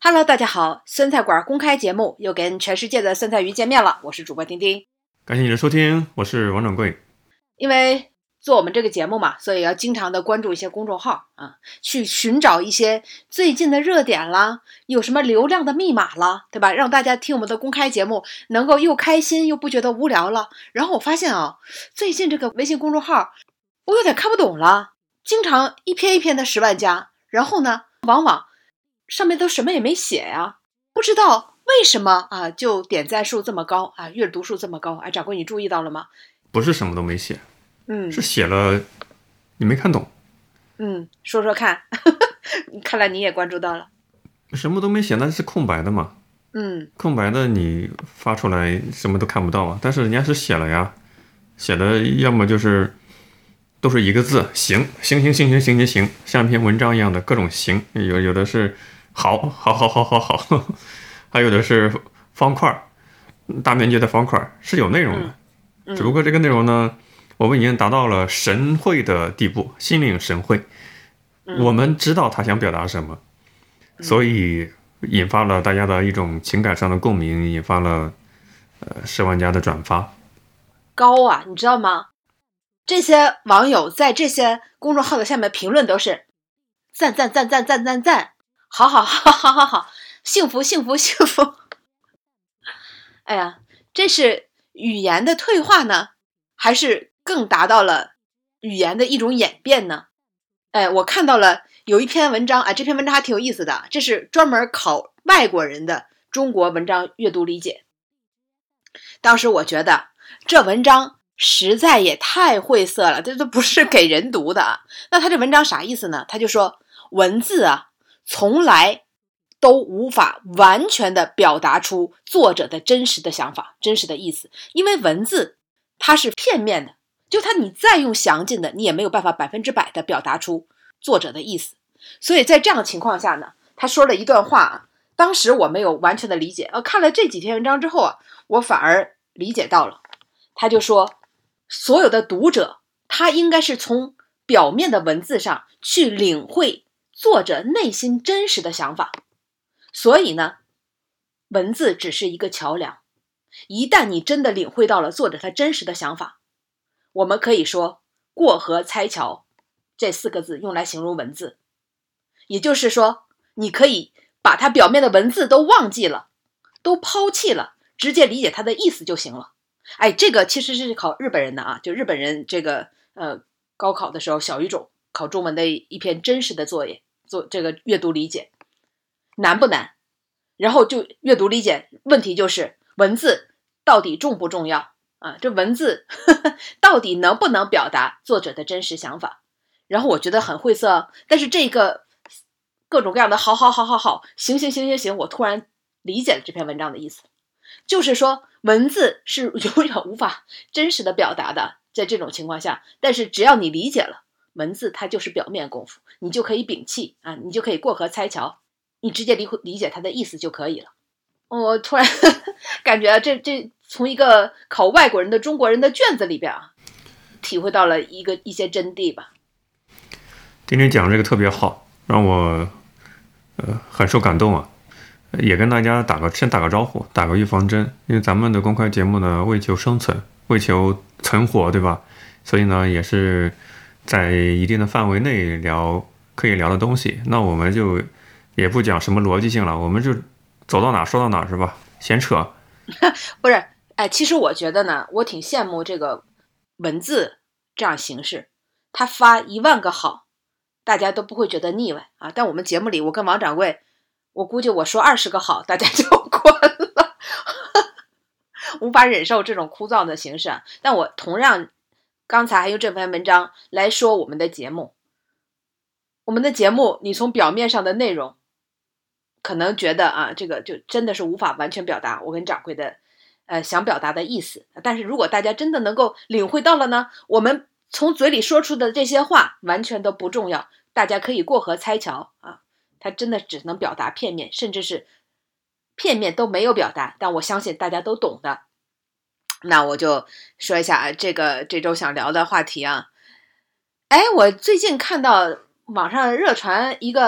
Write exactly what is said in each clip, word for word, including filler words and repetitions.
Hello， 大家好，酸菜馆公开节目又跟全世界的酸菜鱼见面了，我是主播丁丁。 感谢你的收听，我是王掌柜。 因为做我们这个节目嘛，所以要经常的关注一些公众号啊，去寻找一些最近的热点啦，有什么流量的密码啦，对吧？让大家听我们的公开节目能够又开心又不觉得无聊了。然后我发现啊，最近这个微信公众号我有点看不懂了，经常一篇一篇的十万加，然后呢，往往上面都什么也没写呀，不知道为什么啊，就点赞数这么高啊，阅读数这么高啊，掌柜你注意到了吗？ 不是什么都没写， 嗯， 是写了你没看懂。 嗯，说说看，看来你也关注到了。 什么都没写，那是空白的嘛。 嗯， 空白的你发出来什么都看不到啊，但是人家是写了呀，写的要么就是都是一个字，行行行行行行行行，像一篇文章一样的各种行，有有的是好好好好好好，还有的是方块，大面积的方块，是有内容的。 嗯， 只不过这个内容呢，我们已经达到了神会的地步，心领神会。我们知道他想表达什么，所以引发了大家的一种情感上的共鸣，引发了呃十万加的转发。 高啊，你知道吗？这些网友在这些公众号的下面评论都是赞赞赞赞赞赞赞，好好好好好好，幸福幸福幸福。哎呀，这是语言的退化呢，还是更达到了语言的一种演变呢？哎，我看到了有一篇文章，哎，这篇文章还挺有意思的，这是专门考外国人的中国文章阅读理解。当时我觉得这文章实在也太晦涩了，这都不是给人读的啊。那他这文章啥意思呢？他就说文字啊，从来都无法完全的表达出作者的真实的想法、真实的意思，因为文字它是片面的，就它你再用详尽的，你也没有办法百分之百的表达出作者的意思。所以在这样的情况下呢，他说了一段话啊，当时我没有完全的理解，呃，看了这几篇文章之后啊，我反而理解到了。他就说，所有的读者他应该是从表面的文字上去领会作者内心真实的想法，所以呢，文字只是一个桥梁。一旦你真的领会到了作者他真实的想法，我们可以说过河拆桥这四个字用来形容文字，也就是说你可以把它表面的文字都忘记了，都抛弃了，直接理解它的意思就行了。哎，这个其实是考日本人的啊，就日本人这个呃高考的时候小语种考中文的一篇真实的作业，做这个阅读理解难不难？然后就阅读理解问题就是文字到底重不重要啊？这文字呵呵到底能不能表达作者的真实想法？然后我觉得很晦涩，但是这个各种各样的好好好好好行行行行行，我突然理解了这篇文章的意思，就是说文字是永远无法真实的表达的，在这种情况下，但是只要你理解了文字，它就是表面功夫，你就可以摒弃啊，你就可以过河拆桥，你直接理理解它的意思就可以了。我突然呵呵感觉这这从一个考外国人的中国人的卷子里边啊，体会到了一个一些真谛吧。 丁丁讲这个特别好，让我呃很受感动啊。也跟大家打个先打个招呼，打个预防针，因为咱们的公开节目呢，为求生存，为求存活，对吧？所以呢，也是在一定的范围内聊可以聊的东西。那我们就也不讲什么逻辑性了，我们就走到哪说到哪，是吧？闲扯。 不是，哎，其实我觉得呢，我挺羡慕这个文字这样形式，他发一万个好，大家都不会觉得腻歪啊。但我们节目里，我跟王掌柜，我估计我说二十个好，大家就关了，无法忍受这种枯燥的形式啊。但我同样，刚才还用这篇文章来说我们的节目，我们的节目，你从表面上的内容，可能觉得啊，这个就真的是无法完全表达我跟掌柜的，呃，想表达的意思。但是如果大家真的能够领会到了呢，我们从嘴里说出的这些话完全都不重要，大家可以过河拆桥啊。它真的只能表达片面，甚至是片面都没有表达，但我相信大家都懂的。那我就说一下啊，这个这周想聊的话题啊。哎，我最近看到网上热传一个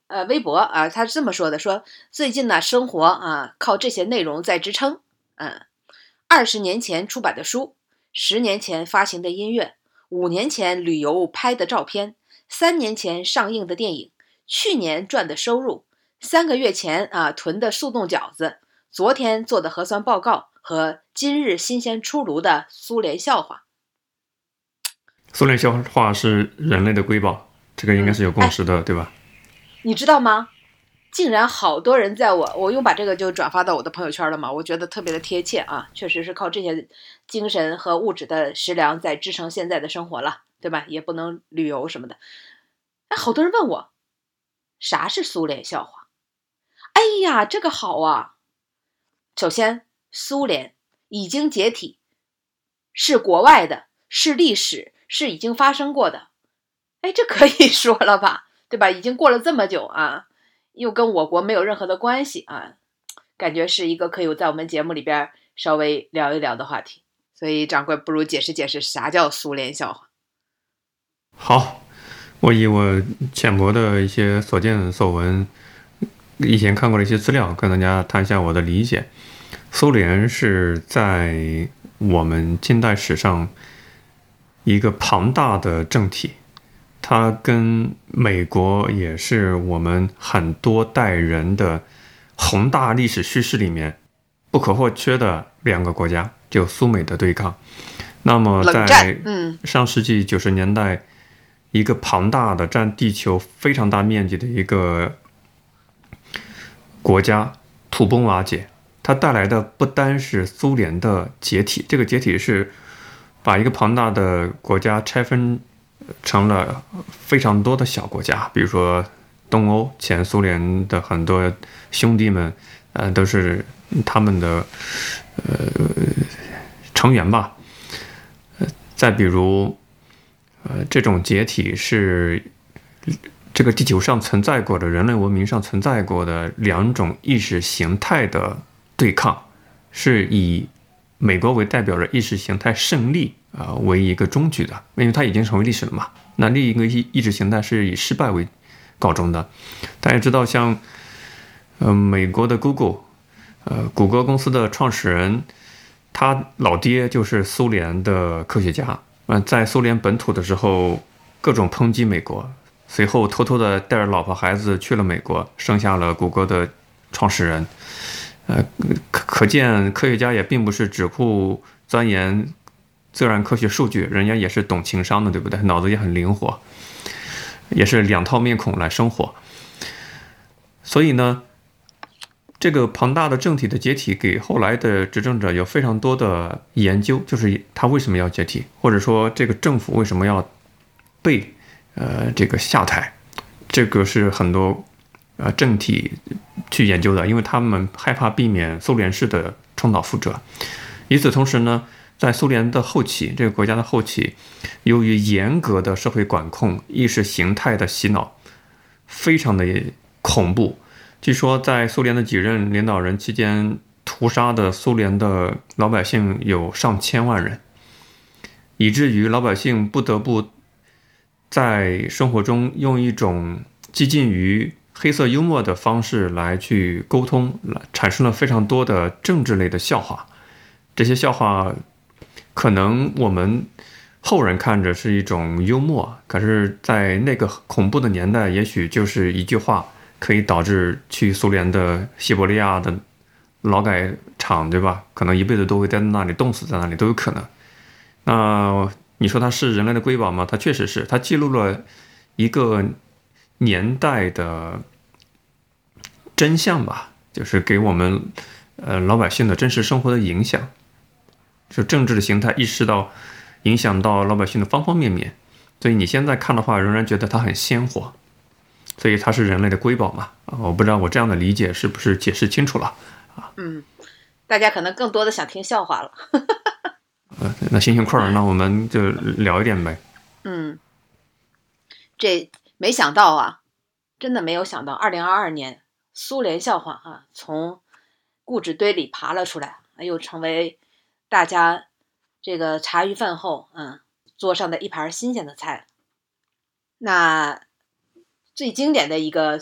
呃微博啊，他是这么说的：说最近呢，生活啊靠这些内容在支撑。嗯，二十年前出版的书，十年前发行的音乐，五年前旅游拍的照片，三年前上映的电影，去年赚的收入，三个月前啊囤的速冻饺子，昨天做的核酸报告和今日新鲜出炉的苏联笑话。 苏联笑话是人类的瑰宝，这个应该是有共识的，嗯、对吧？ 你知道吗？竟然好多人在我我用把这个就转发到我的朋友圈了嘛，我觉得特别的贴切啊，确实是靠这些精神和物质的食粮在支撑现在的生活了，对吧？也不能旅游什么的。哎，好多人问我，啥是苏联笑话？哎呀，这个好啊！首先，苏联已经解体，是国外的，是历史，是已经发生过的。哎，这可以说了吧，对吧？已经过了这么久啊。又跟我国没有任何的关系啊，感觉是一个可以在我们节目里边稍微聊一聊的话题。所以掌柜不如解释解释啥叫苏联笑话。 好，我以我浅薄的一些所见所闻，以前看过的一些资料，跟大家谈一下我的理解。苏联是在我们近代史上一个庞大的政体，它跟美国也是我们很多代人的宏大历史叙事里面不可或缺的两个国家，就苏美的对抗。那么在上世纪九十年代，一个庞大的占地球非常大面积的一个国家土崩瓦解，它带来的不单是苏联的解体，这个解体是把一个庞大的国家拆分成了非常多的小国家，比如说东欧前苏联的很多兄弟们，呃，都是他们的呃成员吧。呃，再比如，呃，这种解体是这个地球上存在过的、人类文明上存在过的两种意识形态的对抗，是以美国为代表的意识形态胜利啊、呃、为一个终局的，因为它已经成为历史了嘛。那另一个意意识形态是以失败为告终的。大家知道像，像呃美国的 Google， 呃谷歌公司的创始人，他老爹就是苏联的科学家。呃，在苏联本土的时候，各种抨击美国，随后偷偷的带着老婆孩子去了美国，生下了谷歌的创始人。呃，可见科学家也并不是只顾钻研自然科学数据，人家也是懂情商的，对不对？脑子也很灵活，也是两套面孔来生活。所以呢，这个庞大的政体的解体给后来的执政者有非常多的研究，就是他为什么要解体，或者说这个政府为什么要被呃这个下台，这个是很多呃政体去研究的，因为他们害怕避免苏联式的重蹈覆辙。与此同时呢，在苏联的后期，这个国家的后期，由于严格的社会管控、意识形态的洗脑，非常的恐怖。据说在苏联的几任领导人期间，屠杀的苏联的老百姓有上千万人，以至于老百姓不得不在生活中用一种接近于黑色幽默的方式来去沟通，产生了非常多的政治类的笑话。这些笑话可能我们后人看着是一种幽默，可是在那个恐怖的年代，也许就是一句话可以导致去苏联的西伯利亚的劳改场，对吧？可能一辈子都会在那里冻死在那里都有可能。那你说它是人类的瑰宝吗？它确实是，它记录了一个年代的真相吧，就是给我们呃老百姓的真实生活的影响，就政治的形态意识到影响到老百姓的方方面面，所以你现在看的话，仍然觉得它很鲜活，所以它是人类的瑰宝嘛。啊，我不知道我这样的理解是不是解释清楚了啊？ 嗯，大家可能更多的想听笑话了。 呃，那行行快儿，那我们就聊一点呗。 嗯，这没想到啊，真的没有想到，二零二二年苏联笑话啊，从故纸堆里爬了出来，又成为大家这个茶余饭后嗯桌上的一盘新鲜的菜。那最经典的一个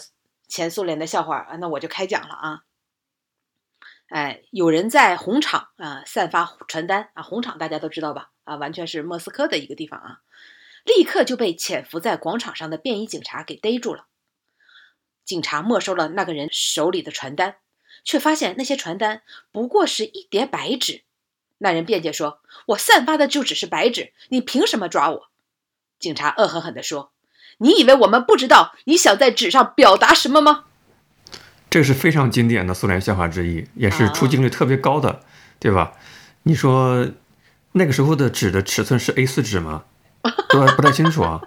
前苏联的笑话啊，那我就开讲了啊。哎，有人在红场啊散发传单啊，红场大家都知道吧？啊，完全是莫斯科的一个地方啊，立刻就被潜伏在广场上的便衣警察给逮住了。警察没收了那个人手里的传单，却发现那些传单不过是一叠白纸。那人辩解说：“我散发的就只是白纸，你凭什么抓我？”警察恶狠狠地说：“你以为我们不知道你想在纸上表达什么吗？” 这是非常经典的苏联笑话之一，也是出镜率特别高的，啊、对吧？你说那个时候的纸的尺寸是 A 四 纸吗？不不太清楚啊。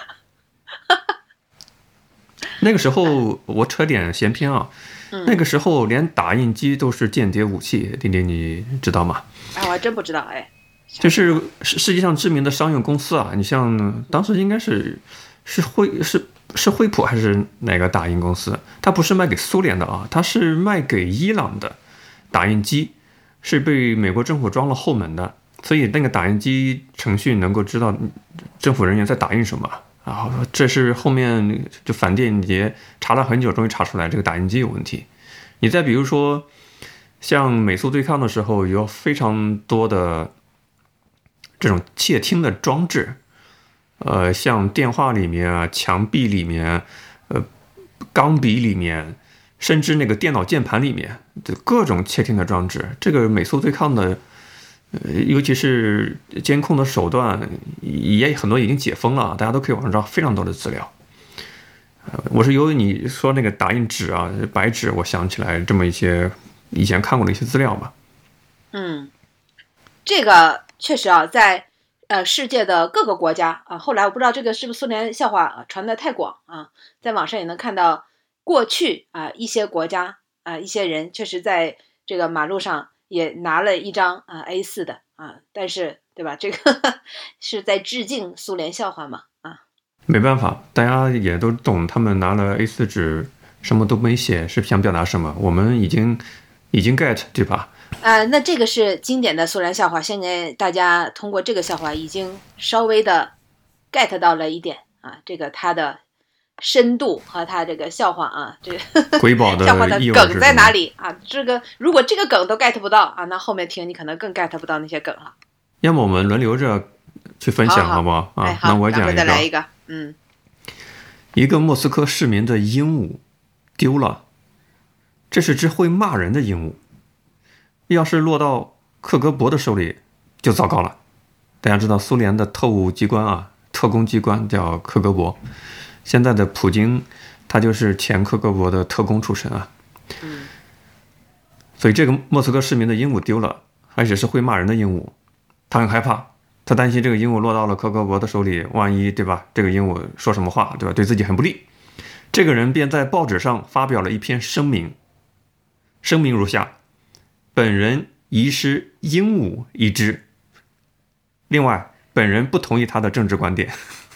那个时候我扯点闲篇啊， 嗯、 那个时候连打印机都是间谍武器，丁丁你知道吗？ 哎，我还真不知道哎。 这是世界上知名的商用公司啊，你像当时应该是是惠是是惠普还是哪个打印公司？它不是卖给苏联的啊，它是卖给伊朗的打印机，是被美国政府装了后门的，所以那个打印机程序能够知道政府人员在打印什么。然后这是后面就反间谍查了很久，终于查出来这个打印机有问题。你再比如说，像美苏对抗的时候，有非常多的这种窃听的装置，呃，像电话里面啊、墙壁里面、呃、钢笔里面，甚至那个电脑键盘里面，就各种窃听的装置。这个美苏对抗的。呃，尤其是监控的手段也很多已经解封了，大家都可以网上找非常多的资料。呃，我是由于你说那个打印纸啊、白纸，我想起来这么一些以前看过的一些资料吧。 嗯，这个确实啊，在呃世界的各个国家啊，后来我不知道这个是不是苏联笑话、啊、传得太广啊，在网上也能看到过去啊一些国家啊一些人确实在这个马路上。也拿了一张啊 A 四 的啊，但是对吧？这个呵呵是在致敬苏联笑话嘛啊？ 没办法，大家也都懂，他们拿了 A 四 纸，什么都没写，是想表达什么？我们已经已经 get 对吧？ 啊，那这个是经典的苏联笑话，现在大家通过这个笑话已经稍微的 get 到了一点啊，这个它的深度和它这个笑话啊，这个瑰宝的笑话的梗在哪里啊？这个如果这个梗都 get 不到啊，那后面听你可能更 get 不到那些梗了。 要么我们轮流着去分享，好不好？啊， 哎、好那我讲一个， 再来一个，嗯， 一个莫斯科市民的鹦鹉丢了，这是只会骂人的鹦鹉，要是落到克格勃的手里就糟糕了。大家知道苏联的特务机关啊，特工机关叫克格勃。现在的普京，他就是前克格勃的特工出身啊。 嗯， 所以这个莫斯科市民的鹦鹉丢了，而且是会骂人的鹦鹉，他很害怕，他担心这个鹦鹉落到了克格勃的手里，万一对吧？这个鹦鹉说什么话，对吧？对自己很不利。这个人便在报纸上发表了一篇声明，声明如下：本人遗失鹦鹉一只。另外，本人不同意他的政治观点。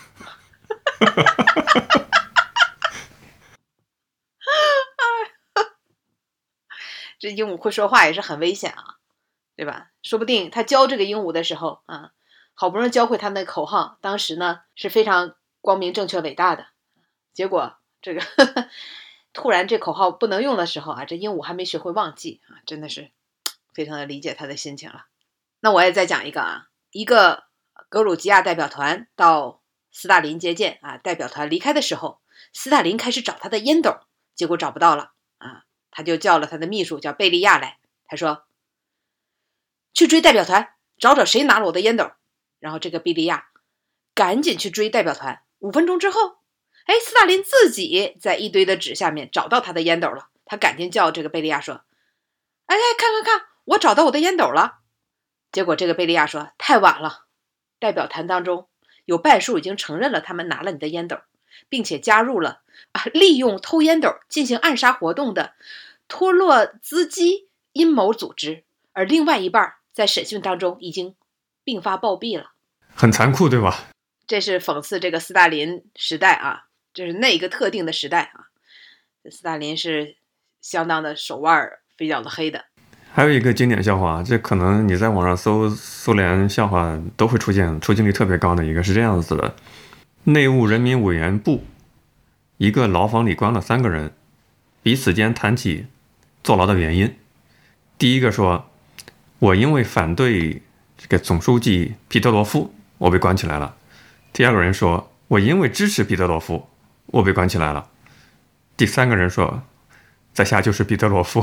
这鹦鹉会说话也是很危险啊，对吧？说不定他教这个鹦鹉的时候啊，好不容易教会他那口号，当时呢是非常光明正确伟大的，结果这个呵呵突然这口号不能用的时候啊，这鹦鹉还没学会忘记啊，真的是非常的理解他的心情了。那我也再讲一个啊，一个格鲁吉亚代表团到斯大林接见啊，代表团离开的时候，斯大林开始找他的烟斗，结果找不到了啊，他就叫了他的秘书叫贝利亚来，他说去追代表团，找找谁拿了我的烟斗。然后这个贝利亚赶紧去追代表团，五分钟之后，哎，斯大林自己在一堆的纸下面找到他的烟斗了，他赶紧叫这个贝利亚说，哎，看看看，我找到我的烟斗了。结果这个贝利亚说，太晚了，代表团当中有半数已经承认了他们拿了你的烟斗，并且加入了啊利用偷烟斗进行暗杀活动的托洛兹基阴谋组织，而另外一半在审讯当中已经并发暴毙了。 很残酷，对吧？ 这是讽刺这个斯大林时代啊，就是那一个特定的时代啊，斯大林是相当的手腕比较的黑的。 还有一个经典笑话，这可能你在网上搜苏联笑话都会出现，出镜率特别高的一个是这样子的：内务人民委员部一个牢房里关了三个人， 彼此间谈起坐牢的原因。第一个说，我因为反对这个总书记彼得罗夫，我被关起来了。第二个人说，我因为支持彼得罗夫，我被关起来了。第三个人说，在下就是彼得罗夫。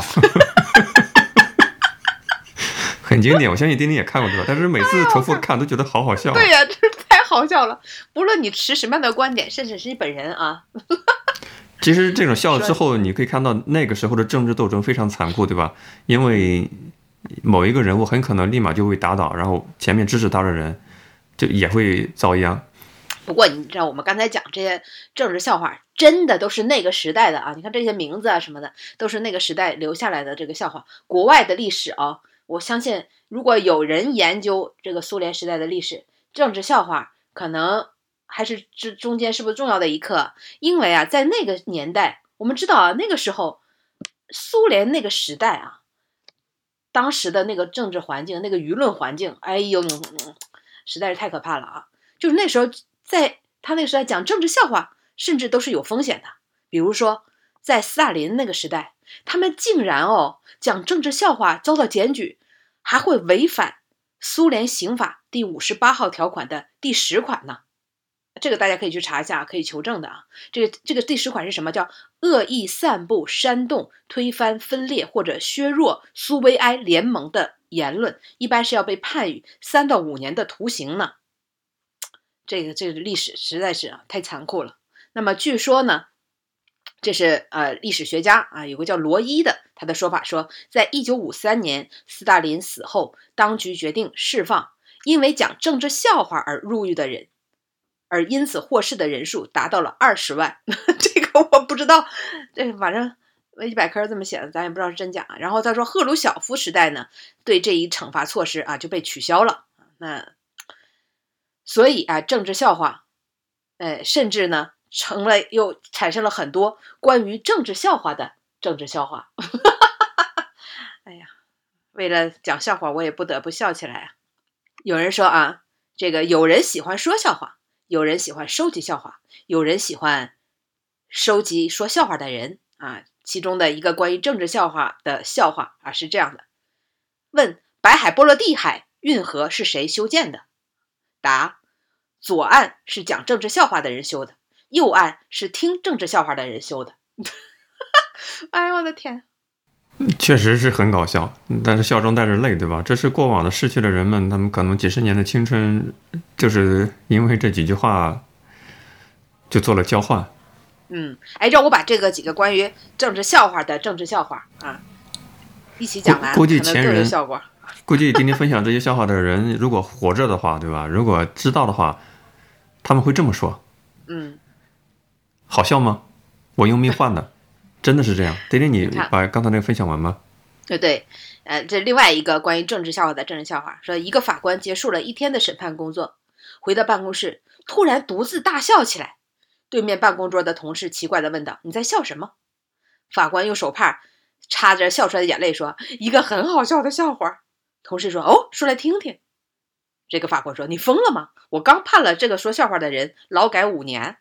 很经典，我相信丁丁也看过对吧？但是每次重复看都觉得好好笑、啊。 对呀、啊，这太好笑了。不论你持什么样的观点，甚至是你本人啊。 其实这种笑了之后，你可以看到那个时候的政治斗争非常残酷，对吧？因为某一个人物很可能立马就会打倒，然后前面支持他的人就也会遭殃。 不过你知道，我们刚才讲这些政治笑话，真的都是那个时代的啊！你看这些名字啊什么的，都是那个时代留下来的这个笑话。国外的历史啊，我相信如果有人研究这个苏联时代的历史，政治笑话可能还是这中间是不是重要的一课？因为啊，在那个年代，我们知道啊，那个时候苏联那个时代啊，当时的那个政治环境、那个舆论环境，哎呦，实在是太可怕了啊！就是那时候，在他那个时代讲政治笑话，甚至都是有风险的。比如说，在斯大林那个时代，他们竟然哦讲政治笑话遭到检举，还会违反苏联刑法第五十八号条款的第十款呢。这个大家可以去查一下，可以求证的啊。这个这个第十款是什么？叫恶意散布、煽动、推翻、分裂或者削弱苏维埃联盟的言论，一般是要被判予三到五年的徒刑呢。这个这个历史实在是啊太残酷了。那么据说呢，这是呃历史学家啊有个叫罗伊的，他的说法说，在一九五三年斯大林死后，当局决定释放因为讲政治笑话而入狱的人。而因此获释的人数达到了二十万，这个我不知道，这个反正维基百科这么写的，咱也不知道是真假。然后他说，赫鲁晓夫时代呢，对这一惩罚措施啊就被取消了。那所以啊，政治笑话，呃，甚至呢成了又产生了很多关于政治笑话的政治笑话。哎呀，为了讲笑话，我也不得不笑起来啊。有人说啊，这个有人喜欢说笑话。有人喜欢收集笑话，有人喜欢收集说笑话的人啊。其中的一个关于政治笑话的笑话啊是这样的：问白海波罗的海运河是谁修建的？答：左岸是讲政治笑话的人修的，右岸是听政治笑话的人修的。哎呦我的天！ 确实是很搞笑，但是笑中带着泪，对吧？这是过往的逝去的人们，他们可能几十年的青春，就是因为这几句话就做了交换。 嗯，哎，让我把这个几个关于政治笑话的政治笑话啊一起讲完， 估计前人效果。 估计今天分享这些笑话的人，如果活着的话，对吧？如果知道的话，他们会这么说： 嗯， 好笑吗？我用命换的。真的是这样，丁丁，你把刚才那个分享完吗？ 对对，呃，这另外一个关于政治笑话的政治笑话，说一个法官结束了一天的审判工作，回到办公室，突然独自大笑起来。对面办公桌的同事奇怪地问道：“你在笑什么？”法官用手帕擦着笑出来的眼泪说：“一个很好笑的笑话。”同事说：“哦，说来听听。”这个法官说：“你疯了吗？我刚判了这个说笑话的人劳改五年。”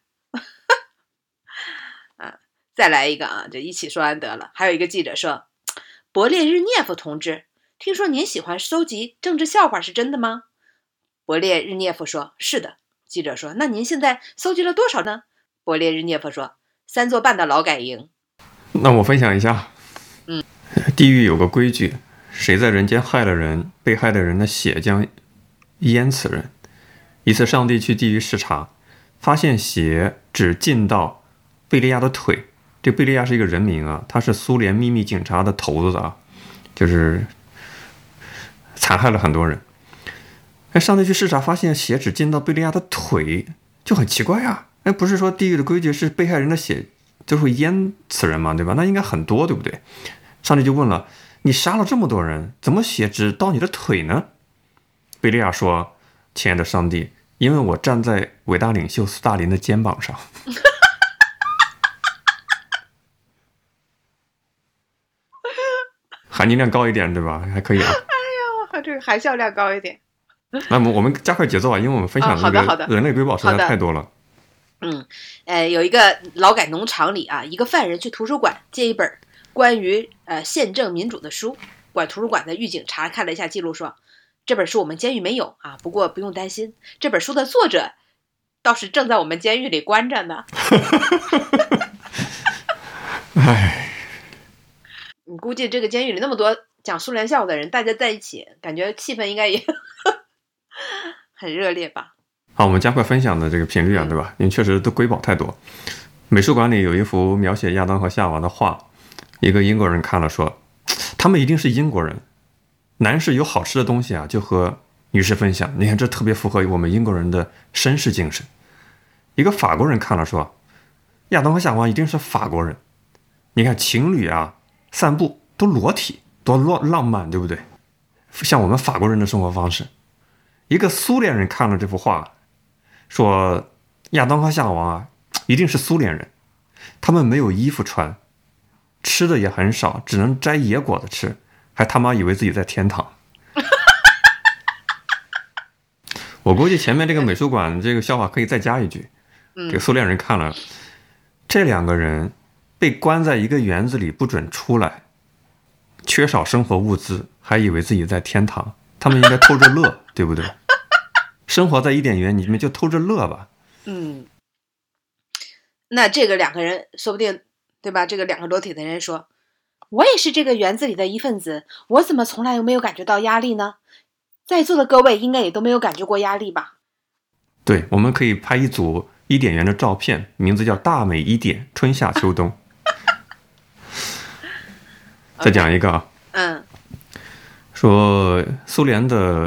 啊。再来一个啊，就一起说完得了。还有一个记者说：“勃列日涅夫同志，听说您喜欢收集政治笑话，是真的吗？”勃列日涅夫说：“是的。”记者说：“那您现在搜集了多少呢？”勃列日涅夫说：“三座半的劳改营。” 那我分享一下， 嗯， 地狱有个规矩，谁在人间害了人，被害的人的血将淹此人。一次，上帝去地狱视察，发现血只进到贝利亚的腿。这贝利亚是一个人名啊，他是苏联秘密警察的头子啊，就是残害了很多人。哎，上帝去视察，发现血只进到贝利亚的腿，就很奇怪啊。哎，不是说地狱的规矩是被害人的血就会淹此人嘛，对吧？那应该很多，对不对？上帝就问了：“你杀了这么多人，怎么血只到你的腿呢？”贝利亚说：“亲爱的上帝，因为我站在伟大领袖斯大林的肩膀上。”含金量高一点，对吧？还可以啊。 哎呦，这个含笑量高一点。 那么我们加快节奏啊，因为我们分享的这个人类瑰宝实在太多了。 嗯，呃，有一个劳改农场里啊，一个犯人去图书馆借一本关于呃宪政民主的书，管图书馆的狱警察看了一下记录说，这本书我们监狱没有啊，不过不用担心，这本书的作者倒是正在我们监狱里关着呢。 唉， 你估计这个监狱里那么多讲苏联笑话的人，大家在一起，感觉气氛应该也很热烈吧。 好，我们加快分享的这个频率啊，对吧？因为确实都瑰宝太多。美术馆里有一幅描写亚当和夏娃的画，一个英国人看了说，他们一定是英国人，男士有好吃的东西啊就和女士分享，你看这特别符合我们英国人的绅士精神。一个法国人看了说，亚当和夏娃一定是法国人，你看情侣啊散步都裸体，多浪漫，对不对？像我们法国人的生活方式。一个苏联人看了这幅画说，亚当和夏娃啊一定是苏联人，他们没有衣服穿，吃的也很少，只能摘野果子吃，还他妈以为自己在天堂。我估计前面这个美术馆这个笑话可以再加一句，这个苏联人看了，这两个人被关在一个园子里不准出来，缺少生活物资，还以为自己在天堂，他们应该偷着乐，对不对？生活在伊甸园，你们就偷着乐吧。 嗯，那这个两个人说不定，对吧？这个两个裸体的人说，我也是这个园子里的一份子，我怎么从来没有感觉到压力呢？在座的各位应该也都没有感觉过压力吧？ 对，我们可以拍一组伊甸园的照片，名字叫大美伊甸，春夏秋冬。再讲一个啊， 嗯， 说苏联的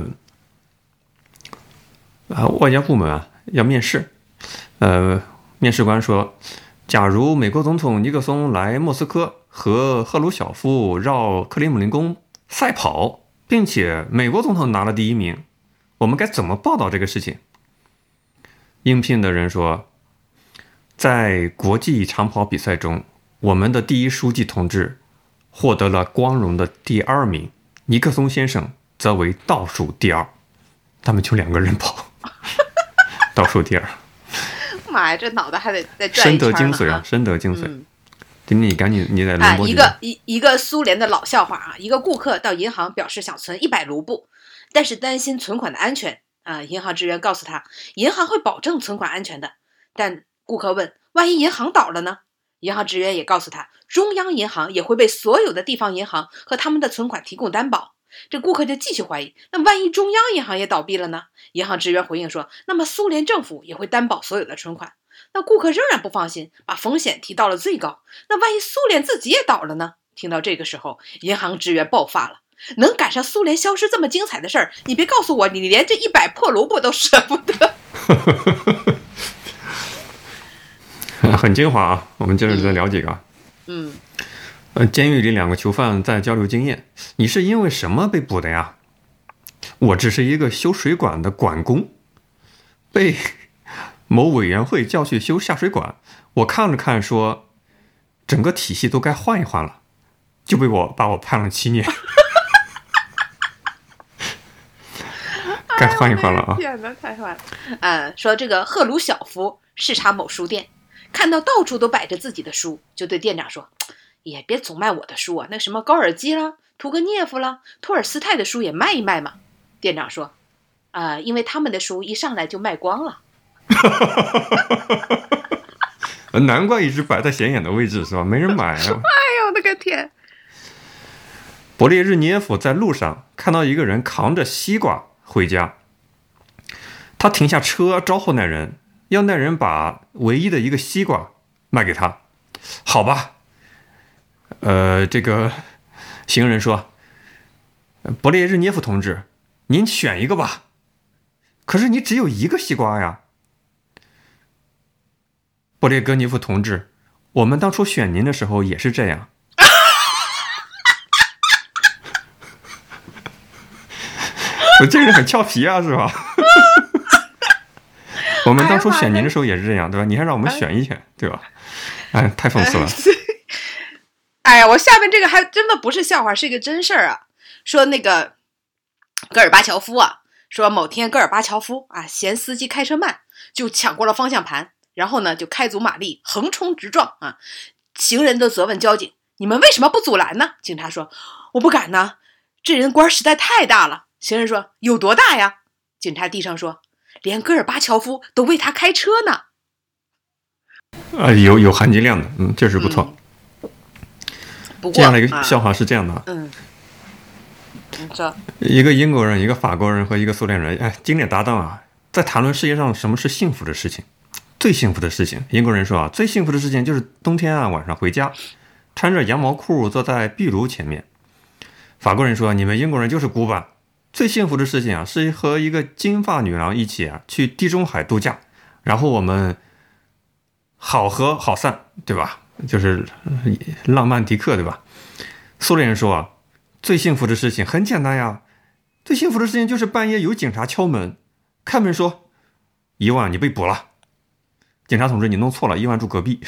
啊外交部门啊要面试，呃，面试官说，假如美国总统尼克松来莫斯科和赫鲁晓夫绕克里姆林宫赛跑，并且美国总统拿了第一名，我们该怎么报道这个事情？应聘的人说，在国际长跑比赛中，我们的第一书记同志获得了光荣的第二名，尼克松先生则为倒数第二，他们就两个人跑，倒数第二。 妈呀，这脑袋还得再转深一圈得精髓啊， 啊！ 深得精髓。 嗯今天你赶紧，你得啊， 轮播一个一一个苏联的老笑话啊，一个顾客到银行表示想存一百卢布，但是担心存款的安全啊，银行职员告诉他，银行会保证存款安全的。但顾客问，万一银行倒了呢？银行职员也告诉他，中央银行也会为所有的地方银行和他们的存款提供担保。这顾客就继续怀疑，那万一中央银行也倒闭了呢？银行职员回应说，那么苏联政府也会担保所有的存款。那顾客仍然不放心，把风险提到了最高。那万一苏联自己也倒了呢？听到这个时候，银行职员爆发了，能赶上苏联消失这么精彩的事儿，你别告诉我你连这一百破卢布都舍不得。 很精华啊，我们接着再聊几个。 嗯， 呃，监狱里两个囚犯在交流经验，你是因为什么被捕的呀？我只是一个修水管的管工，被某委员会叫去修下水管，我看了看说，整个体系都该换一换了，就被我把我判了七年。该换一换了啊！ 天哪，太坏了。呃，说这个赫鲁晓夫视察某书店，看到到处都摆着自己的书，就对店长说，也别总卖我的书啊，那什么高尔基啦、屠格涅夫啦、托尔斯泰的书也卖一卖嘛。店长说，啊、呃，因为他们的书一上来就卖光了。 难怪一直摆在显眼的位置，是吧？没人买啊！哎呦， 我的个天！ 勃列日涅夫在路上看到一个人扛着西瓜回家，他停下车招呼那人，要那人把唯一的一个西瓜卖给他。好吧，呃，这个行人说，勃列日涅夫同志，您选一个吧。可是你只有一个西瓜呀。勃列戈涅夫同志，我们当初选您的时候也是这样。我这个人很俏皮啊，是吧？我们当初选您的时候也是这样，对吧？你还让我们选一选，对吧？哎，太讽刺了。 哎呀，我下面这个还真的不是笑话，是一个真事儿啊。说那个戈尔巴乔夫啊，说某天戈尔巴乔夫啊嫌司机开车慢，就抢过了方向盘， 然后呢就开足马力横冲直撞啊！行人都责问交警：“你们为什么不阻拦呢？”警察说：“我不敢呢，这人官实在太大了。”行人说：“有多大呀？”警察递上说：“连戈尔巴乔夫都为他开车呢。” 啊，有有含金量的，嗯，确实不错。 嗯、不过这样的一个笑话是这样的，啊、 嗯，你说一个英国人、一个法国人和一个苏联人，哎，经典搭档啊，在谈论世界上什么是幸福的事情。最幸福的事情，英国人说啊，最幸福的事情就是冬天啊，晚上回家，穿着羊毛裤坐在壁炉前面。法国人说，你们英国人就是古板，最幸福的事情啊，是和一个金发女郎一起啊去地中海度假，然后我们好合好散，对吧？就是浪漫迪克，对吧？苏联人说啊，最幸福的事情很简单呀，最幸福的事情就是半夜有警察敲门，开门说，伊万你被捕了。警察同志，你弄错了，伊万住隔壁。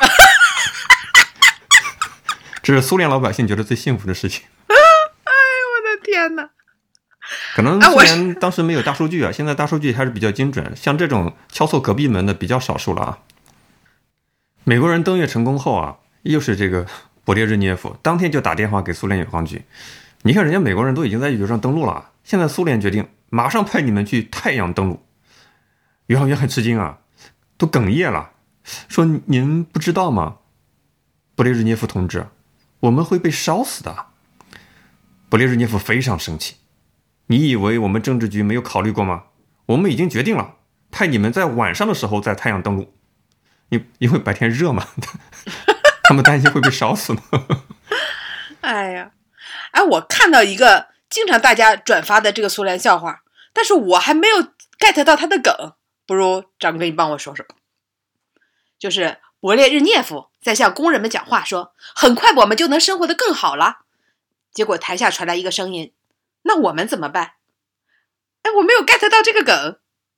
这是苏联老百姓觉得最幸福的事情。 哎呦，我的天哪！ 可能苏联当时没有大数据啊，现在大数据还是比较精准，像这种敲错隔壁门的比较少数了啊。美国人登月成功后啊，又是这个勃列日涅夫当天就打电话给苏联宇航局，你看人家美国人都已经在月球上登陆了，现在苏联决定马上派你们去太阳登陆。宇航员很吃惊啊，都哽咽了，说您不知道吗，勃列日涅夫同志，我们会被烧死的。勃列日涅夫非常生气，你以为我们政治局没有考虑过吗？我们已经决定了，派你们在晚上的时候在太阳登陆，因因为白天热嘛，他们担心会被烧死嘛。 哎呀，哎，我看到一个经常大家转发的这个苏联笑话，但是我还没有 get 到他的梗，不如张哥你帮我说说。就是勃列日涅夫在向工人们讲话说，很快我们就能生活得更好了。结果台下传来一个声音，那我们怎么办？哎，我没有 get 到这个梗。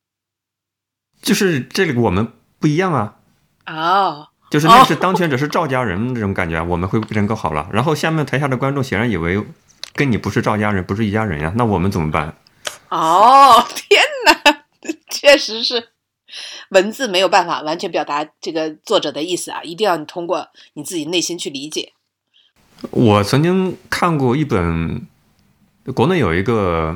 就是这个我们不一样啊。 哦， 就是那是当权者是赵家人这种感觉、啊、我们会变成更好了。然后下面台下的观众显然以为跟你不是赵家人，不是一家人呀、啊，那我们怎么办？ 哦，天哪，确实是文字没有办法完全表达这个作者的意思啊，一定要你通过你自己内心去理解。 我曾经看过一本，国内有一个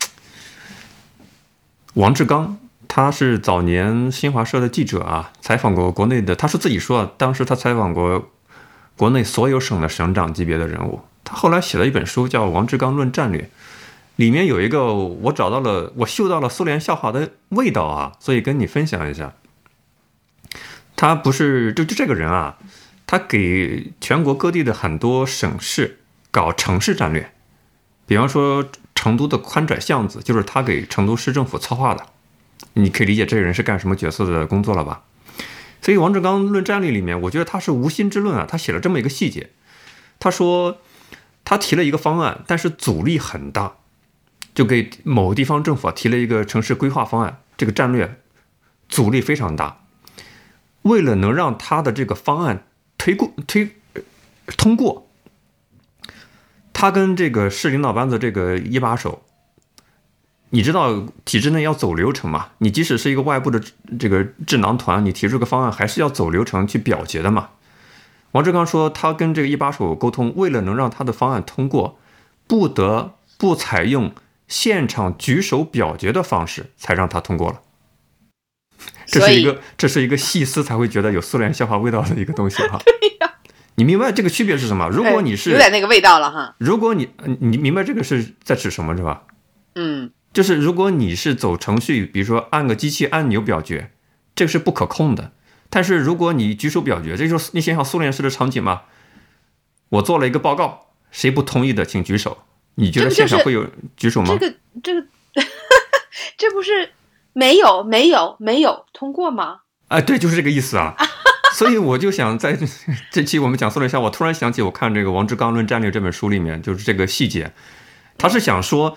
王志刚，他是早年新华社的记者啊，采访过国内的，他是自己说，当时他采访过国内所有省的省长级别的人物。他后来写了一本书叫《王志刚论战略》，里面有一个我找到了，我嗅到了苏联笑话的味道啊，所以跟你分享一下。他不是就就这个人啊，他给全国各地的很多省市搞城市战略，比方说成都的宽窄巷子，就是他给成都市政府策划的。你可以理解这个人是干什么角色的工作了吧？所以王志刚论战略里面，我觉得他是无心之论啊，他写了这么一个细节，他说他提了一个方案，但是阻力很大，就给某地方政府提了一个城市规划方案，这个战略阻力非常大。为了能让他的这个方案推过推通过，他跟这个市领导班子这个一把手，你知道体制内要走流程嘛？你即使是一个外部的这个智囊团，你提出个方案还是要走流程去表决的嘛。王志刚说，他跟这个一把手沟通，为了能让他的方案通过，不得不采用现场举手表决的方式，才让他通过了。这是一个这是一个细思才会觉得有苏联笑话味道的一个东西哈。 对呀， 你明白这个区别是什么？如果你是、 哎、有点那个味道了哈。 如果你你明白这个是在指什么是吧？ 嗯， 就是如果你是走程序，比如说按个机器按钮表决，这个是不可控的。但是如果你举手表决，这就是你想想苏联式的场景嘛。我做了一个报告，谁不同意的请举手。你觉得现场会有举手吗？ 这个这个这不是没有没有没有通过吗？ 啊，对，就是这个意思啊。所以我就想在这期我们讲苏联笑话，我突然想起我看这个《王志刚论战略》这本书里面，就是这个细节，他是想说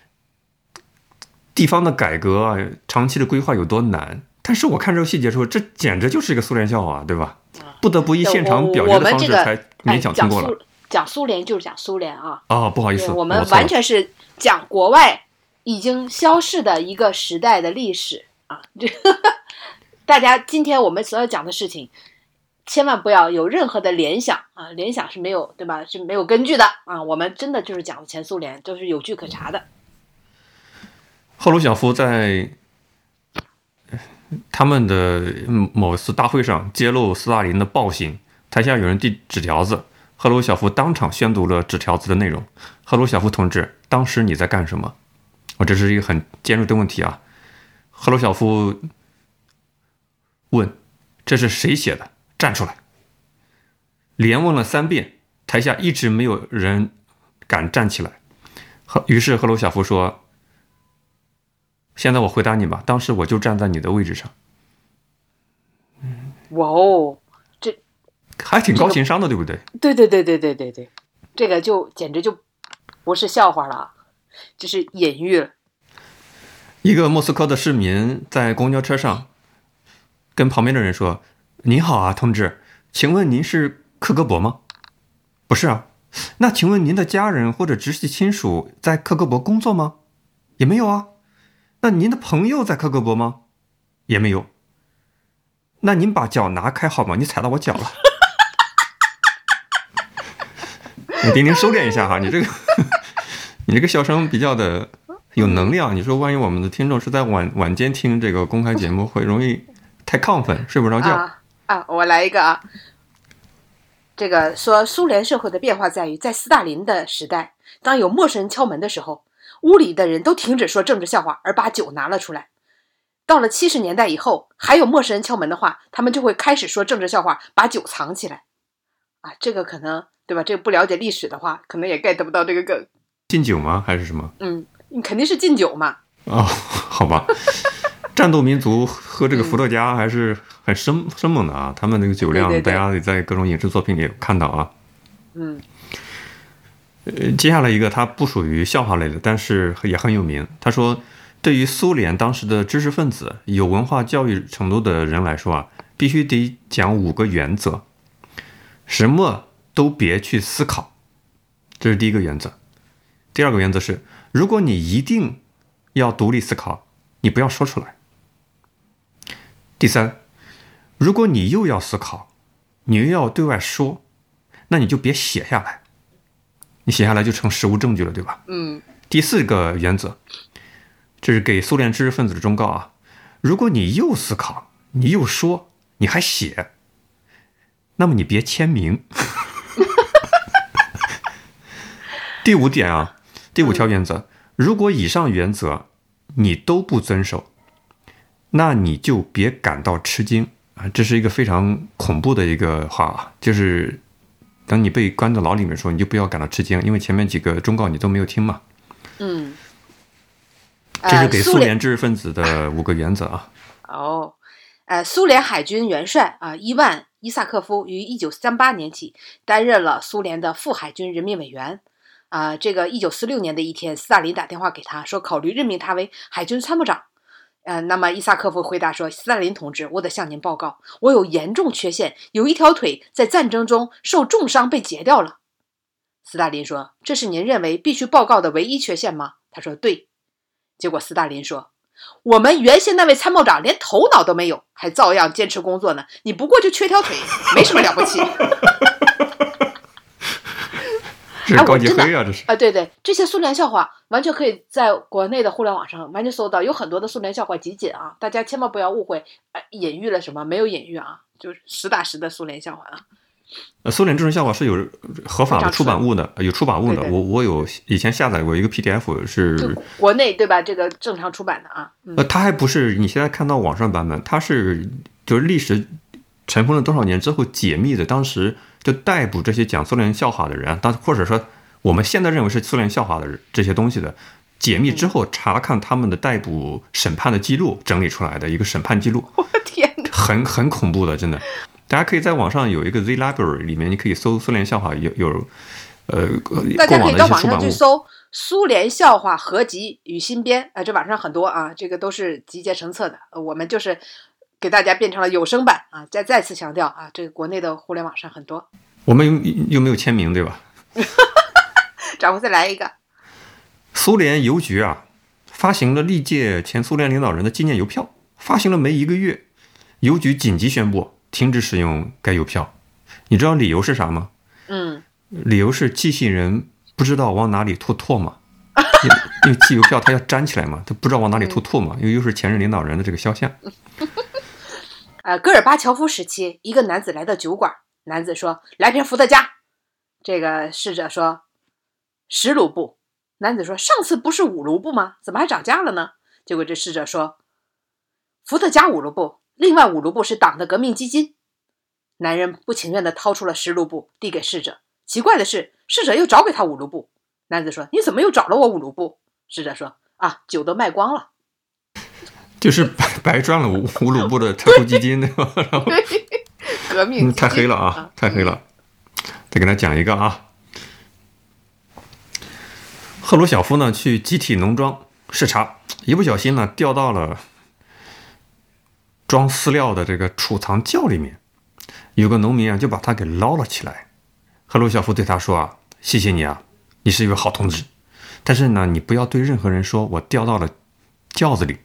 地方的改革啊，长期的规划有多难。但是我看这个细节说，这简直就是一个苏联笑话，对吧？不得不以现场表决的方式才勉强通过了。 哎、讲苏联就是讲苏联啊。 哦，不好意思， 我们完全是讲国外已经消逝的一个时代的历史啊。 大家今天我们所要讲的事情，千万不要有任何的联想啊，联想是没有对吧？是没有根据的啊。我们真的就是讲的前苏联，都是有据可查的。 赫鲁晓夫在他们的某次大会上揭露斯大林的暴行，台下有人递纸条子，赫鲁晓夫当场宣读了纸条子的内容。赫鲁晓夫同志，当时你在干什么？哦，这是一个很尖锐的问题啊。赫鲁晓夫问：“这是谁写的？站出来！”连问了三遍，台下一直没有人敢站起来。于是赫鲁晓夫说：“现在我回答你吧，当时我就站在你的位置上。” 哇哦，这还挺高情商的， 这个、对不对？ 对对对对对对对，这个就简直就不是笑话了，这是隐喻了。 一个莫斯科的市民在公交车上跟旁边的人说：“您好啊，同志，请问您是克格勃吗？”“不是啊。”“那请问您的家人或者直系亲属在克格勃工作吗？”“也没有啊。”“那您的朋友在克格勃吗？”“也没有。”“那您把脚拿开好吗？你踩到我脚了。”你丁丁收敛一下哈，你这个你这个笑声比较的有能量。你说万一我们的听众是在晚晚间听这个公开节目，会容易太亢奋，睡不着觉。 啊啊，我来一个啊。这个说苏联社会的变化在于，在斯大林的时代，当有陌生人敲门的时候，屋里的人都停止说政治笑话，而把酒拿了出来。到了七十年代以后，还有陌生人敲门的话，他们就会开始说政治笑话，把酒藏起来。啊，这个可能对吧？这个不了解历史的话，可能也 get 不到这个梗。 禁酒吗？还是什么？ 嗯，你肯定是禁酒嘛。 哦，好吧。战斗民族喝这个伏特加还是很生生猛的啊！他们那个酒量， 对对对大家也在各种影视作品里有看到啊。 嗯。 呃，接下来一个，它不属于笑话类的，但是也很有名。他说，对于苏联当时的知识分子、有文化教育程度的人来说啊，必须得讲五个原则，什么都别去思考，这是第一个原则。第二个原则是，如果你一定要独立思考，你不要说出来。第三，如果你又要思考，你又要对外说，那你就别写下来，你写下来就成实物证据了，对吧？ 嗯。 第四个原则，这是给苏联知识分子的忠告啊，如果你又思考，你又说，你还写，那么你别签名。第五点啊，第五条原则，如果以上原则你都不遵守，那你就别感到吃惊啊！这是一个非常恐怖的一个话，就是等你被关到牢里面的时候，你就不要感到吃惊，因为前面几个忠告你都没有听嘛。 嗯， 这是给苏联知识分子的五个原则啊。 哦，呃，苏联海军元帅啊，伊万·伊萨克夫于一九三八年起担任了苏联的副海军人民委员。啊、呃，这个一九四六年的一天，斯大林打电话给他说，考虑任命他为海军参谋长。呃，那么伊萨克夫回答说，斯大林同志，我得向您报告，我有严重缺陷，有一条腿在战争中受重伤被截掉了。斯大林说，这是您认为必须报告的唯一缺陷吗？他说对。结果斯大林说，我们原先那位参谋长连头脑都没有，还照样坚持工作呢，你不过就缺条腿，没什么了不起。 这是高级黑啊，这是啊、呃，对对，这些苏联笑话完全可以在国内的互联网上完全搜到，有很多的苏联笑话集锦啊，大家千万不要误会，呃，隐喻了什么？没有隐喻啊，就是实打实的苏联笑话啊。 呃，苏联这种笑话是有合法的出版物的，有出版物的。 对对我我有以前下载过一个 P D F， 是国内对吧？这个正常出版的啊。嗯、 呃，它还不是你现在看到网上版本，它是就是历史尘封了多少年之后解密的，当时就逮捕这些讲苏联笑话的人，当或者说我们现在认为是苏联笑话的这些东西的解密之后，查看他们的逮捕审判的记录，整理出来的一个审判记录。 我的天哪， 很很恐怖的，真的。大家可以在网上有一个 Z Library， 里面你可以搜苏联笑话，有有呃大家可以到网过往的一些出版物。 上去搜苏联笑话合集与新编啊、呃，这网上很多啊，这个都是集结成册的。呃、我们就是给大家变成了有声版啊，再再次强调啊，这个国内的互联网上很多。 我们又没有签名，对吧？ 找回再来一个。 苏联邮局啊，发行了历届前苏联领导人的纪念邮票，发行了没一个月， 邮局紧急宣布停止使用该邮票。你知道理由是啥吗？ 嗯， 理由是寄信人不知道往哪里吐唾沫。因为寄邮票他要粘起来嘛，他不知道往哪里吐唾沫，因为又是前任领导人的这个肖像。 呃，戈尔巴乔夫时期，一个男子来到酒馆，男子说：“来瓶伏特加。”这个侍者说：“十卢布。”男子说：“上次不是五卢布吗？怎么还涨价了呢？”结果这侍者说：“伏特加五卢布，另外五卢布是党的革命基金。”男人不情愿地掏出了十卢布，递给侍者。奇怪的是，侍者又找给他五卢布。男子说：“你怎么又找了我五卢布？”侍者说：“啊，酒都卖光了， 就是白白赚了五五卢布的特殊基金，对吧？然后革命、 嗯、太黑了啊，啊太黑了。再给他讲一个啊，赫鲁晓夫呢去集体农庄视察，一不小心呢掉到了装饲料的这个储藏窖里面，有个农民啊就把他给捞了起来。赫鲁晓夫对他说啊：“谢谢你啊，你是一位好同志。”但是呢，你不要对任何人说我掉到了窖子里。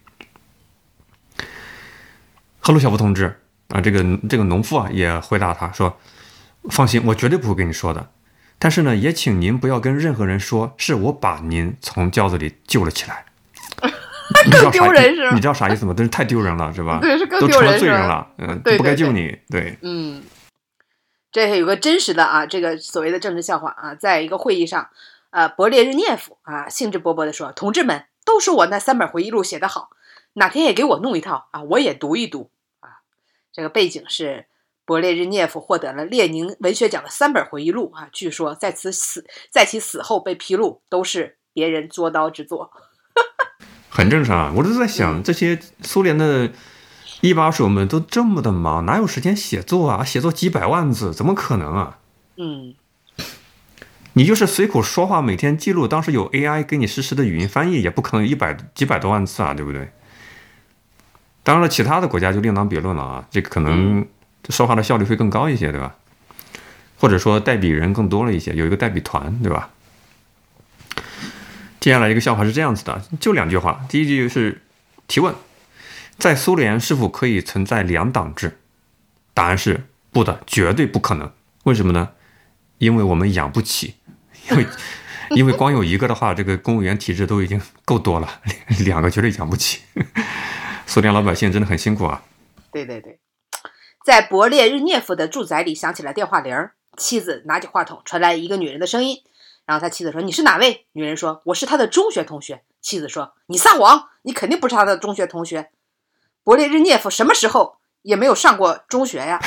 赫鲁晓夫同志啊，这个这个农妇啊也回答他说：“放心，我绝对不会跟你说的。但是呢，也请您不要跟任何人说是我把您从窖子里救了起来。” 更丢人是吧？ 你知道啥意思吗？真是太丢人了，是吧？ 对，是更丢人，都成了罪人了， 嗯， 不该救你。对， 嗯，这有个真实的啊，这个所谓的政治笑话啊，在一个会议上。呃，勃列日涅夫啊，兴致勃勃地说：“同志们都说我那三本回忆录写得好，哪天也给我弄一套啊，我也读一读啊。”这个背景是勃列日涅夫获得了列宁文学奖的三本回忆录啊，据说在此死在其死后被披露，都是别人作刀之作。 很正常啊，我都在想，这些苏联的一把手们都这么的忙，哪有时间写作啊？写作几百万字，怎么可能啊？ 嗯。 你就是随口说话，每天记录，当时有 A I 给你实时的语音翻译，也不可能一百几百多万次啊，对不对？当然了，其他的国家就另当别论了啊，这个可能说话的效率会更高一些，对吧？或者说代笔人更多了一些，有一个代笔团，对吧？接下来一个笑话是这样子的，就两句话。第一句是提问：在苏联是否可以存在两党制？答案是不的，绝对不可能。为什么呢？因为我们养不起。因为因为光有一个的话，这个公务员体制都已经够多了，两个绝对养不起。苏联老百姓真的很辛苦啊。 对对对，在勃列日涅夫的住宅里响起了电话铃，妻子拿起话筒，传来一个女人的声音，然后他妻子说：“你是哪位？”女人说：“我是他的中学同学。”妻子说：“你撒谎，你肯定不是他的中学同学。勃列日涅夫什么时候也没有上过中学呀。”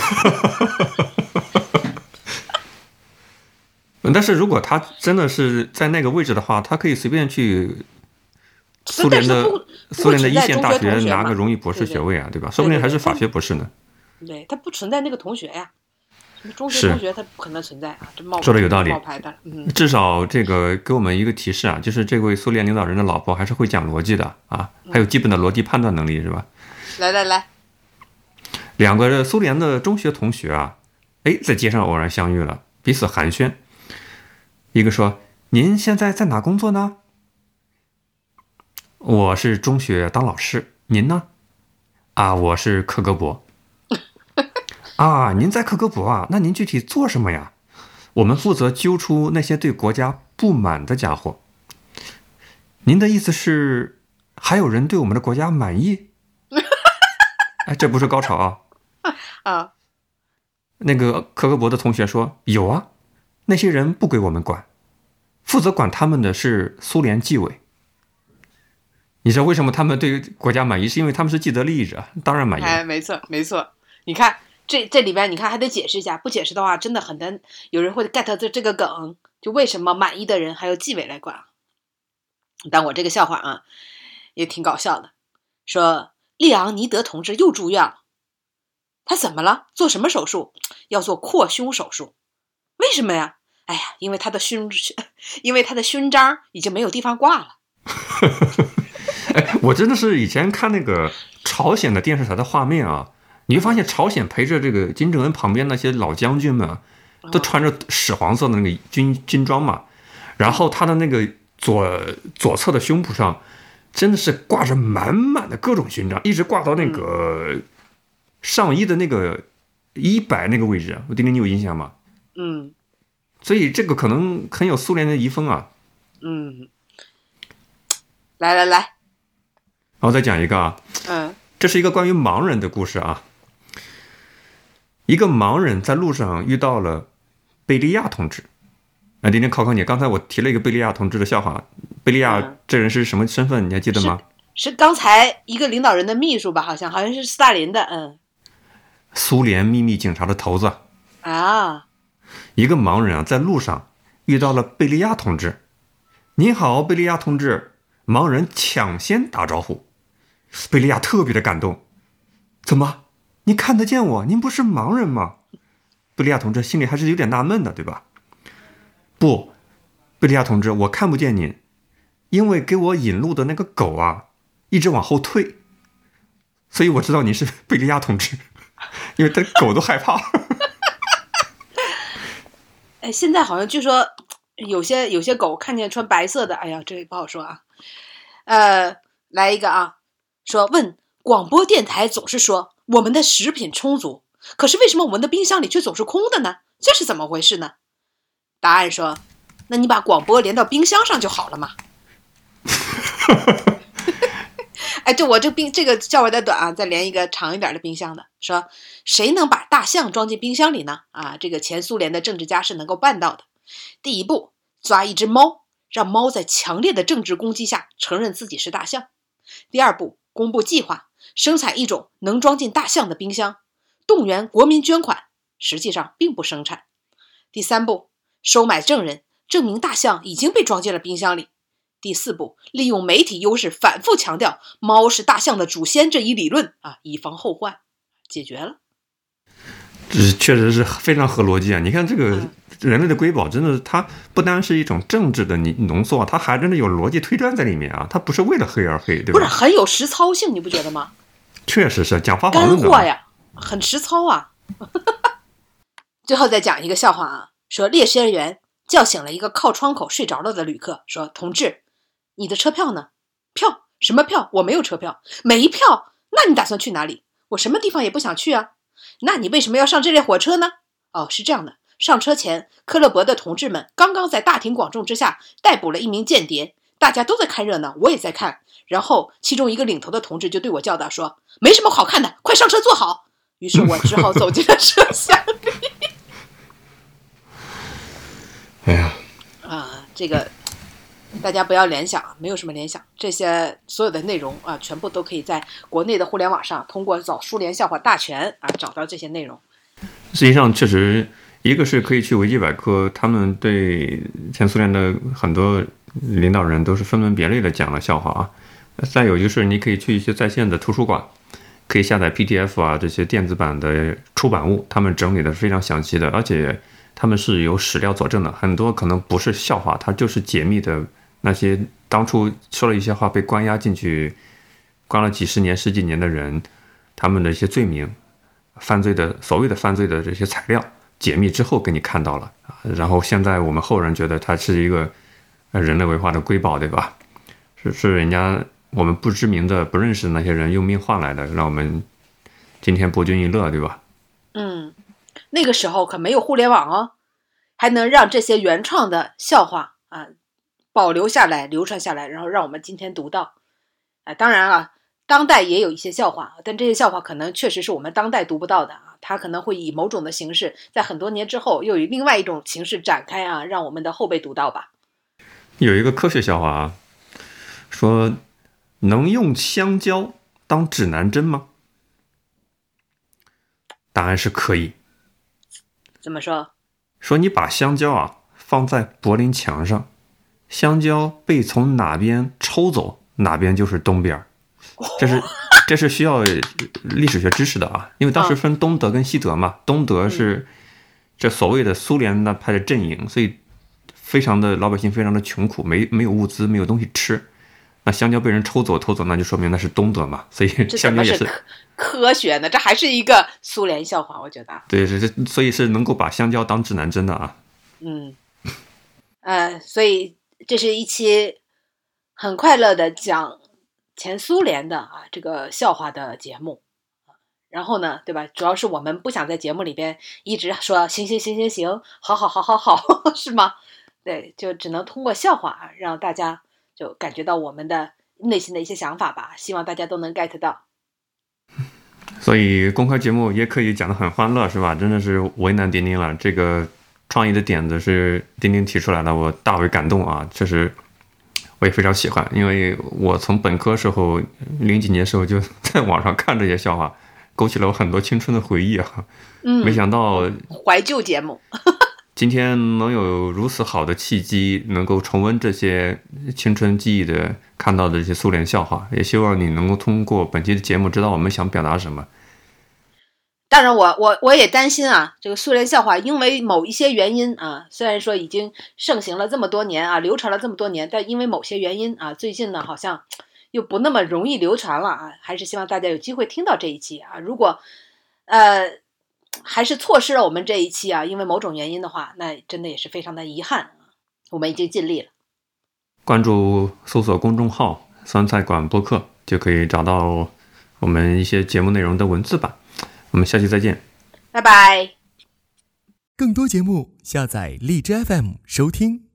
但是如果他真的是在那个位置的话，他可以随便去苏联的苏联的一线大学拿个荣誉博士学位啊，对吧？说不定还是法学博士呢。 对，他不存在那个同学呀，什么中学同学他不可能存在啊，这冒说的有道理。 冒牌的，嗯， 至少这个给我们一个提示啊，就是这位苏联领导人的老婆还是会讲逻辑的啊，还有基本的逻辑判断能力，是吧？ 来来来， 两个苏联的中学同学啊，哎，在街上偶然相遇了，彼此寒暄。一个说：“您现在在哪工作呢？”“我是中学当老师。”“您呢？”“啊，我是克格勃。”“啊，您在克格勃啊？那您具体做什么呀？”“我们负责揪出那些对国家不满的家伙。”“您的意思是还有人对我们的国家满意？”哎，这不是高潮啊！ 啊， 那个克格勃的同学说：“有啊。”那些人不归我们管，负责管他们的是苏联纪委。你知道为什么他们对国家满意？是因为他们是既得利益者，当然满意。 哎，没错没错。你看这这里边，你看还得解释一下，不解释的话，真的很难有人会 get 这这个梗。就为什么满意的人还由纪委来管？但我这个笑话啊，也挺搞笑的。说利昂尼德同志又住院了，他怎么了？做什么手术？要做扩胸手术。为什么呀？哎呀，因为他的勋，因为他的勋章已经没有地方挂了。 哎，我真的是以前看那个朝鲜的电视台的画面啊，你会发现朝鲜陪着这个金正恩旁边那些老将军们，都穿着屎黄色的那个军军装嘛，然后他的那个左左侧的胸脯上，真的是挂着满满的各种勋章，一直挂到那个上衣的那个衣摆那个位置，我丁丁你有印象吗？ 嗯所以这个可能很有苏联的遗风啊。 嗯，来来来， 然后再讲一个啊， 嗯这是一个关于盲人的故事啊。一个盲人在路上遇到了贝利亚同志。那丁丁考考你，刚才我提了一个贝利亚同志的笑话，贝利亚这人是什么身份？你还记得吗？ 是刚才一个领导人的秘书吧？好像好像是斯大林的，嗯， 苏联秘密警察的头子啊。 一个盲人啊，在路上遇到了贝利亚同志。你好，贝利亚同志。盲人抢先打招呼，贝利亚特别的感动。怎么，您看得见我？您不是盲人吗？贝利亚同志心里还是有点纳闷的，对吧？不，贝利亚同志，我看不见您，因为给我引路的那个狗啊，一直往后退，所以我知道您是贝利亚同志，因为这狗都害怕。 哎，现在好像据说有些有些狗看见穿白色的，哎呀，这不好说啊。呃，来一个啊，说问广播电台总是说我们的食品充足，可是为什么我们的冰箱里却总是空的呢？这是怎么回事呢？答案说，那你把广播连到冰箱上就好了嘛。哎，这我这冰这个笑话的短啊，再连一个长一点的冰箱的，说谁能把大象装进冰箱里呢？啊，这个前苏联的政治家是能够办到的。第一步，抓一只猫，让猫在强烈的政治攻击下承认自己是大象。第二步，公布计划，生产一种能装进大象的冰箱，动员国民捐款，实际上并不生产。第三步，收买证人，证明大象已经被装进了冰箱里。第四步，利用媒体优势反复强调猫是大象的祖先这一理论啊，以防后患，解决了。 这确实是非常合逻辑啊！你看这个人类的瑰宝，真的它不单是一种政治的浓缩，它还真的有逻辑推断在里面啊！它不是为了黑而黑，对吧？ 不是很有实操性，你不觉得吗？ 确实是讲方法论的干货呀，很实操啊！最后再讲一个笑话啊，说列车员叫醒了一个靠窗口睡着了的旅客，说：“同志，你的车票呢？票？什么票？我没有车票。没票？那你打算去哪里？我什么地方也不想去啊。那你为什么要上这列火车呢？哦，是这样的，上车前，科勒伯的同志们刚刚在大庭广众之下逮捕了一名间谍，大家都在看热闹，我也在看。然后，其中一个领头的同志就对我叫道说：没什么好看的，快上车坐好。于是我只好走进了车厢里。 哎呀， 啊，这个大家不要联想，没有什么联想，这些所有的内容啊，全部都可以在国内的互联网上通过找苏联笑话大全啊找到这些内容。 实际上，确实，一个是可以去维基百科，他们对前苏联的很多领导人都是分门别类的讲了笑话啊。再有就是你可以去一些在线的图书馆，可以下载 P D F 啊这些电子版的出版物，他们整理的非常详细的，而且他们是有史料佐证的，很多可能不是笑话，它就是解密的那些当初说了一些话被关押进去，关了几十年、十几年的人，他们的一些罪名、犯罪的所谓的犯罪的这些材料解密之后给你看到了，然后现在我们后人觉得它是一个人类文化的瑰宝，对吧？是是人家我们不知名的、不认识的那些人用命换来的，让我们今天博君一乐，对吧？ 嗯，那个时候可没有互联网哦，还能让这些原创的笑话啊保留下来、流传下来，然后让我们今天读到。啊，当然了，当代也有一些笑话，但这些笑话可能确实是我们当代读不到的啊，它可能会以某种的形式，在很多年之后又以另外一种形式展开啊，让我们的后辈读到吧。 有一个科学笑话啊，说能用香蕉当指南针吗？答案是可以。 怎么说？ 说你把香蕉啊放在柏林墙上，香蕉被从哪边抽走，哪边就是东边。这是这是需要历史学知识的啊，因为当时分东德跟西德嘛，东德是这所谓的苏联那派的阵营，所以非常的老百姓非常的穷苦，没没有物资，没有东西吃。那香蕉被人抽走偷走，那就说明那是东德嘛，所以香蕉也是科学呢，这还是一个苏联笑话，我觉得。 对，这这所以是能够把香蕉当指南针的啊。 嗯，呃，所以这是一期很快乐的讲前苏联的啊这个笑话的节目， 然后呢，对吧？主要是我们不想在节目里边一直说行行行行行，好好好好好，是吗？对，就只能通过笑话让大家就感觉到我们的内心的一些想法吧，希望大家都能 get 到。 所以公开节目也可以讲得很欢乐，是吧？真的是为难丁丁了。这个创意的点子是丁丁提出来的，我大为感动啊！确实，我也非常喜欢，因为我从本科时候零几年时候就在网上看这些笑话，勾起了我很多青春的回忆啊。 嗯， 没想到怀旧节目。 今天能有如此好的契机，能够重温这些青春记忆的看到的这些苏联笑话，也希望你能够通过本期的节目知道我们想表达什么。 当然我，我我也担心啊，这个苏联笑话因为某一些原因啊，虽然说已经盛行了这么多年啊，流传了这么多年，但因为某些原因啊，最近呢好像又不那么容易流传了啊。还是希望大家有机会听到这一期啊。如果呃。还是错失了我们这一期啊，因为某种原因的话，那真的也是非常的遗憾啊。我们已经尽力了。 关注搜索公众号酸菜馆播客就可以找到我们一些节目内容的文字版。我们下期再见， 拜拜。 更多节目下载荔枝 F M 收听。